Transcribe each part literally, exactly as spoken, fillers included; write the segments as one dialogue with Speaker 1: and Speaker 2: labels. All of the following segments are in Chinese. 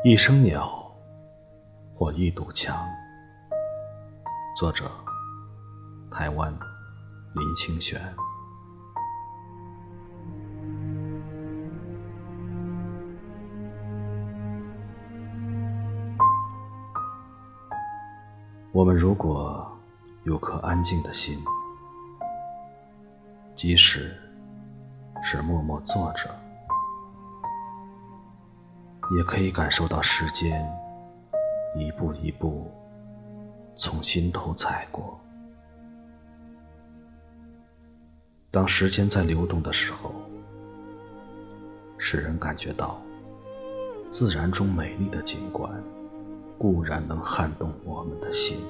Speaker 1: 一声鸟，或一堵墙。作者：台湾林清玄。我们如果有颗安静的心，即使是默默坐着，也可以感受到时间一步一步从心头踩过。当时间在流动的时候，使人感觉到自然中美丽的景观固然能撼动我们的心，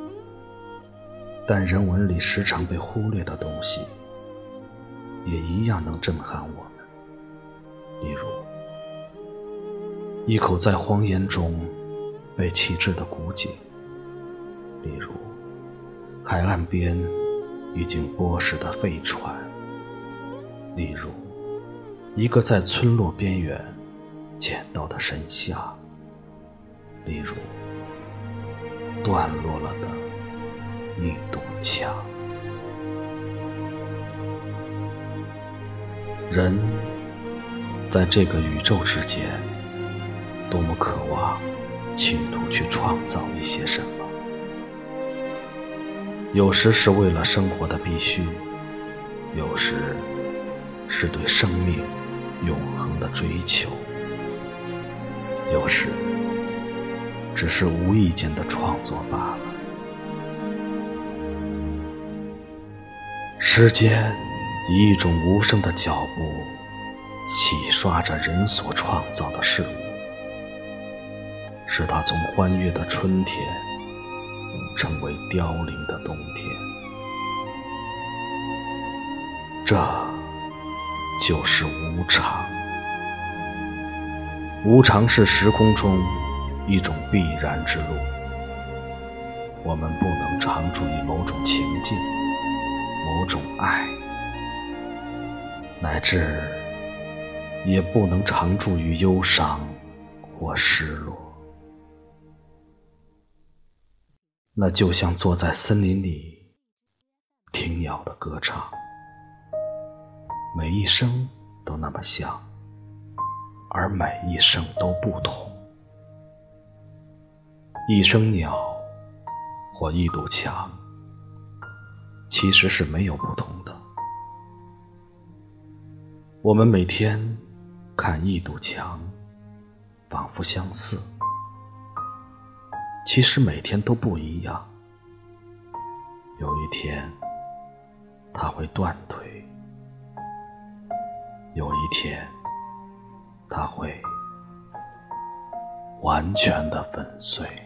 Speaker 1: 但人文里时常被忽略的东西也一样能震撼我们。例如一口在荒烟中被弃置的古井，例如海岸边已经剥蚀的废船，例如一个在村落边缘捡到的神像，例如断落了的一堵墙。人在这个宇宙之间，多么渴望企图去创造一些什么，有时是为了生活的必须，有时是对生命永恒的追求，有时只是无意间的创作罢了。时间以一种无声的脚步洗刷着人所创造的事物，使它从欢悦的春天成为凋零的冬天。这就是无常。无常是时空中一种必然之路，我们不能常驻于某种情境、某种爱，乃至也不能常驻于忧伤或失落。那就像坐在森林里听鸟的歌唱，每一声都那么像，而每一声都不同。一声鸟或一堵墙，其实是没有不同的。我们每天看一堵墙，仿佛相似，其实每天都不一样。有一天它会断腿，有一天它会完全的粉碎。